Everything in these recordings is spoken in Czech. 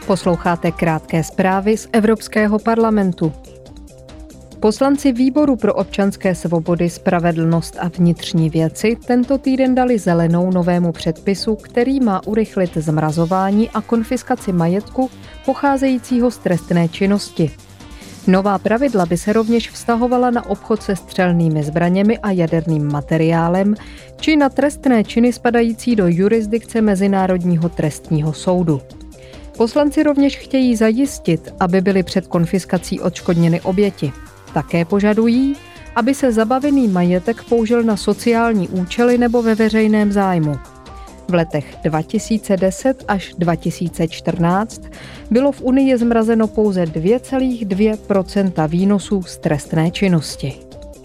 Posloucháte krátké zprávy z Evropského parlamentu. Poslanci Výboru pro občanské svobody, spravedlnost a vnitřní věci tento týden dali zelenou novému předpisu, který má urychlit zmrazování a konfiskaci majetku pocházejícího z trestné činnosti. Nová pravidla by se rovněž vztahovala na obchod se střelnými zbraněmi a jaderným materiálem či na trestné činy spadající do jurisdikce Mezinárodního trestního soudu. Poslanci rovněž chtějí zajistit, aby byly před konfiskací odškodněny oběti. Také požadují, aby se zabavený majetek použil na sociální účely nebo ve veřejném zájmu. V letech 2010 až 2014 bylo v Unii zmrazeno pouze 2,2% výnosů z trestné činnosti.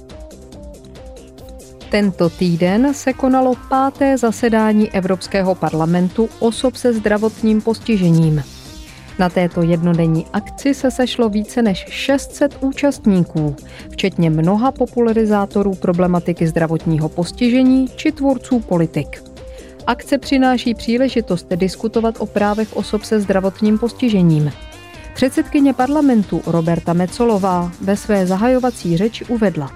Tento týden se konalo 5. zasedání Evropského parlamentu osob se zdravotním postižením. Na této jednodenní akci se sešlo více než 600 účastníků, včetně mnoha popularizátorů problematiky zdravotního postižení či tvůrců politik. Akce přináší příležitost diskutovat o právech osob se zdravotním postižením. Předsedkyně parlamentu Roberta Metsolová ve své zahajovací řeči uvedla: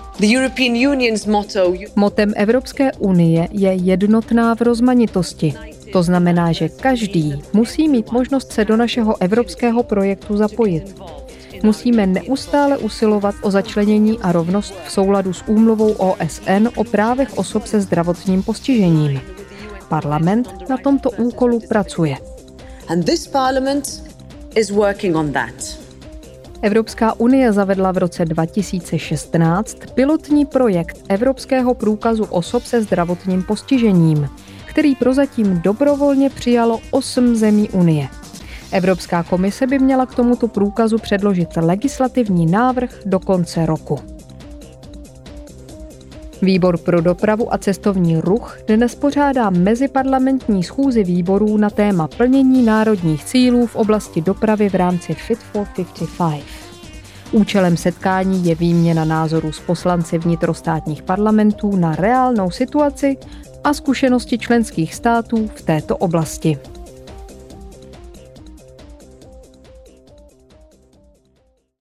Motem Evropské unie je jednotná v rozmanitosti. To znamená, že každý musí mít možnost se do našeho evropského projektu zapojit. Musíme neustále usilovat o začlenění a rovnost v souladu s úmluvou OSN o právech osob se zdravotním postižením. Parlament na tomto úkolu pracuje. Evropská unie zavedla v roce 2016 pilotní projekt Evropského průkazu osob se zdravotním postižením, který prozatím dobrovolně přijalo 8 zemí Unie. Evropská komise by měla k tomuto průkazu předložit legislativní návrh do konce roku. Výbor pro dopravu a cestovní ruch dnes pořádá meziparlamentní schůzi výborů na téma plnění národních cílů v oblasti dopravy v rámci Fit for 55. Účelem setkání je výměna názorů s poslanci vnitrostátních parlamentů na reálnou situaci a zkušenosti členských států v této oblasti.